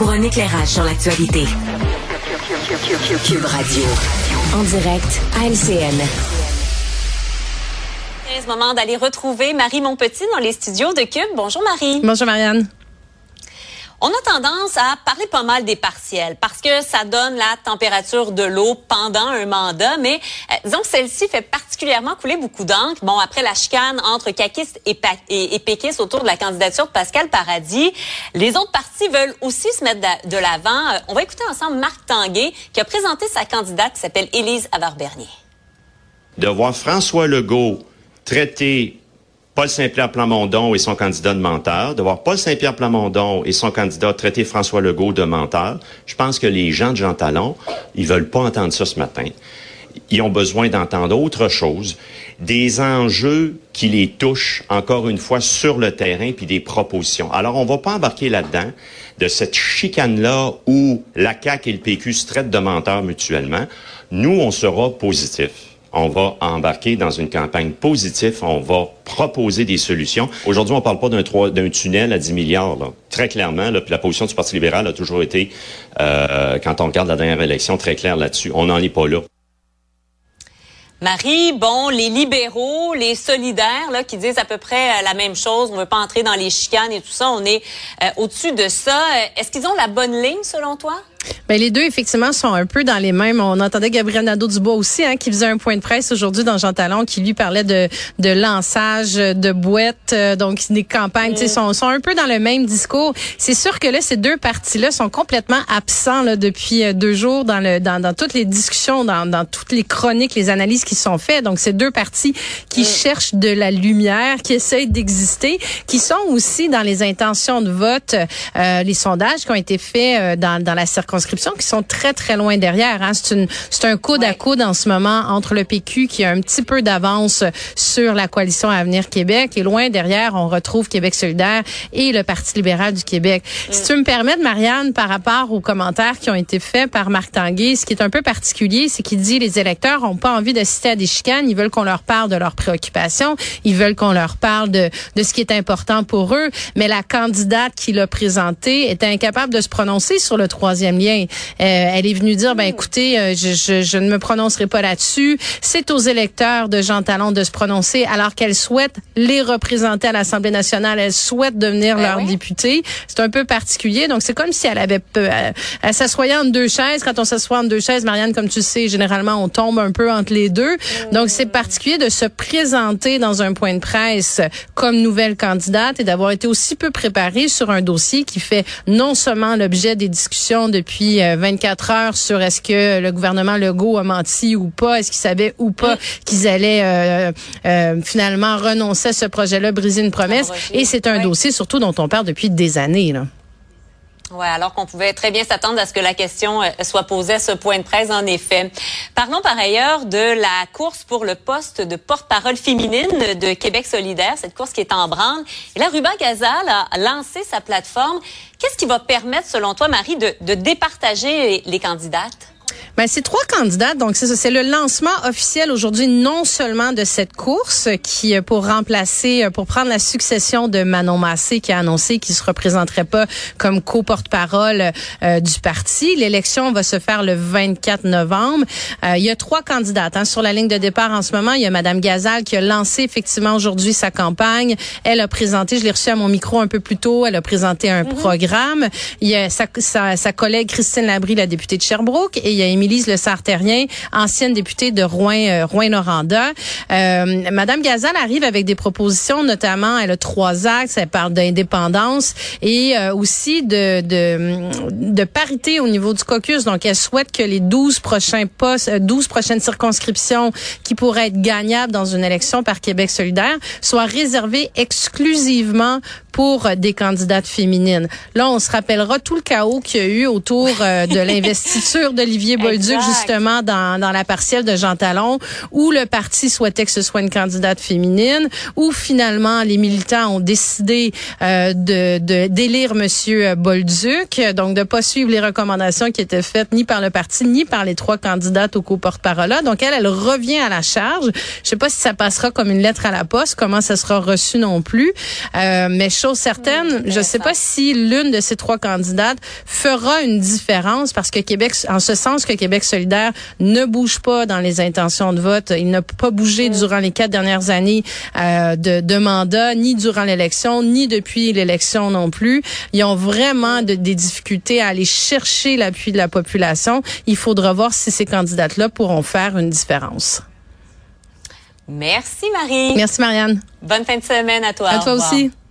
pour un éclairage sur l'actualité. Cube Radio. En direct à LCN. C'est le moment d'aller retrouver Marie Montpetit dans les studios de Cube. Bonjour Marie. Bonjour Marianne. On a tendance à parler pas mal des partiels parce que ça donne la température de l'eau pendant un mandat, mais disons que celle-ci fait particulièrement couler beaucoup d'encre. Bon, après la chicane entre caquistes et péquistes autour de la candidature de Pascal Paradis, les autres partis veulent aussi se mettre de l'avant. On va écouter ensemble Marc Tanguay qui a présenté sa candidate qui s'appelle Élise Havard-Bernier. De voir François Legault traiter Paul Saint-Pierre Plamondon et son candidat de menteur, de voir Paul Saint-Pierre Plamondon et son candidat traiter François Legault de menteur, je pense que les gens de Jean Talon, ils veulent pas entendre ça ce matin. Ils ont besoin d'entendre autre chose, des enjeux qui les touchent, encore une fois, sur le terrain, puis des propositions. Alors, on va pas embarquer là-dedans de cette chicane-là où la CAQ et le PQ se traitent de menteurs mutuellement. Nous, on sera positifs. On va embarquer dans une campagne positive. On va proposer des solutions. Aujourd'hui, on parle pas d'un tunnel à 10 milliards. Là. Très clairement, là, puis la position du Parti libéral a toujours été, quand on regarde la dernière élection, très claire là-dessus. On n'en est pas là. Marie, bon, les libéraux, les solidaires, là, qui disent à peu près la même chose. On veut pas entrer dans les chicanes et tout ça. On est au-dessus de ça. Est-ce qu'ils ont la bonne ligne, selon toi? Ben les deux effectivement sont un peu dans les mêmes. On entendait Gabriel Nadeau-Dubois aussi qui faisait un point de presse aujourd'hui dans Jean Talon qui lui parlait de lançage de boîtes, donc des campagnes, tu sais, sont un peu dans le même discours. C'est sûr que là ces deux partis-là sont complètement absents là depuis 2 jours dans toutes les discussions, dans toutes les chroniques, les analyses qui sont faites. Donc c'est deux partis qui cherchent de la lumière, qui essayent d'exister, qui sont aussi dans les intentions de vote, les sondages qui ont été faits dans la circonscription qui sont très, très loin derrière. C'est un coude à coude en ce moment entre le PQ qui a un petit peu d'avance sur la coalition Avenir Québec et loin derrière, on retrouve Québec solidaire et le Parti libéral du Québec. Si tu me permets, Marianne, par rapport aux commentaires qui ont été faits par Marc Tanguay, ce qui est un peu particulier, c'est qu'il dit les électeurs n'ont pas envie d'assister à des chicanes, ils veulent qu'on leur parle de leurs préoccupations, ils veulent qu'on leur parle de ce qui est important pour eux, mais la candidate qui l'a présentée était incapable de se prononcer sur le troisième lien. Elle est venue dire, écoutez, je ne me prononcerai pas là-dessus. C'est aux électeurs de Jean Talon de se prononcer alors qu'elle souhaite les représenter à l'Assemblée nationale. Elle souhaite devenir leur députée. C'est un peu particulier. Donc, c'est comme si elle avait elle s'assoyait entre deux chaises. Quand on s'assoit entre deux chaises, Marianne, comme tu sais, généralement, on tombe un peu entre les deux. Donc, c'est particulier de se présenter dans un point de presse comme nouvelle candidate et d'avoir été aussi peu préparée sur un dossier qui fait non seulement l'objet des discussions depuis 24 heures sur est-ce que le gouvernement Legault a menti ou pas, est-ce qu'ils savaient ou pas qu'ils allaient finalement renoncer à ce projet-là, briser une promesse. Et c'est un dossier surtout dont on parle depuis des années, là. Ouais, alors qu'on pouvait très bien s'attendre à ce que la question soit posée à ce point de presse, en effet. Parlons par ailleurs de la course pour le poste de porte-parole féminine de Québec solidaire, cette course qui est en branle. Et là, Ruba Gazal a lancé sa plateforme. Qu'est-ce qui va permettre, selon toi, Marie, de départager les candidates? Ben, c'est 3 candidates, donc c'est ça. C'est le lancement officiel aujourd'hui, non seulement de cette course qui, pour prendre la succession de Manon Massé qui a annoncé qu'il se représenterait pas comme co-porte-parole du parti. L'élection va se faire le 24 novembre. Il y a 3 candidates sur la ligne de départ en ce moment. Il y a Madame Gazal qui a lancé effectivement aujourd'hui sa campagne. Elle a présenté, je l'ai reçue à mon micro un peu plus tôt, elle a présenté un programme. Il y a sa collègue Christine Labrie, la députée de Sherbrooke, et il y a Émilie Le Sartérien, ancienne députée de Rouyn-Noranda. Madame Gazal arrive avec des propositions, notamment, elle a 3 axes, elle parle d'indépendance et aussi de parité au niveau du caucus. Donc, elle souhaite que les 12 prochaines circonscriptions qui pourraient être gagnables dans une élection par Québec solidaire soient réservées exclusivement pour des candidates féminines. Là, on se rappellera tout le chaos qu'il y a eu autour de l'investiture d'Olivier Bolduc, justement, dans la partielle de Jean Talon, où le parti souhaitait que ce soit une candidate féminine, où finalement, les militants ont décidé d'élire Monsieur Bolduc, donc de pas suivre les recommandations qui étaient faites ni par le parti, ni par les 3 candidates au co-porte-parole. Donc, elle revient à la charge. Je sais pas si ça passera comme une lettre à la poste, comment ça sera reçu non plus, mais chose certaine, je ne sais pas si l'une de ces trois candidates fera une différence parce que Québec, en ce sens que Québec solidaire ne bouge pas dans les intentions de vote. Il n'a pas bougé durant les 4 dernières années de mandat, ni durant l'élection, ni depuis l'élection non plus. Ils ont vraiment des difficultés à aller chercher l'appui de la population. Il faudra voir si ces candidates-là pourront faire une différence. Merci, Marie. Merci, Marianne. Bonne fin de semaine à toi. À toi aussi.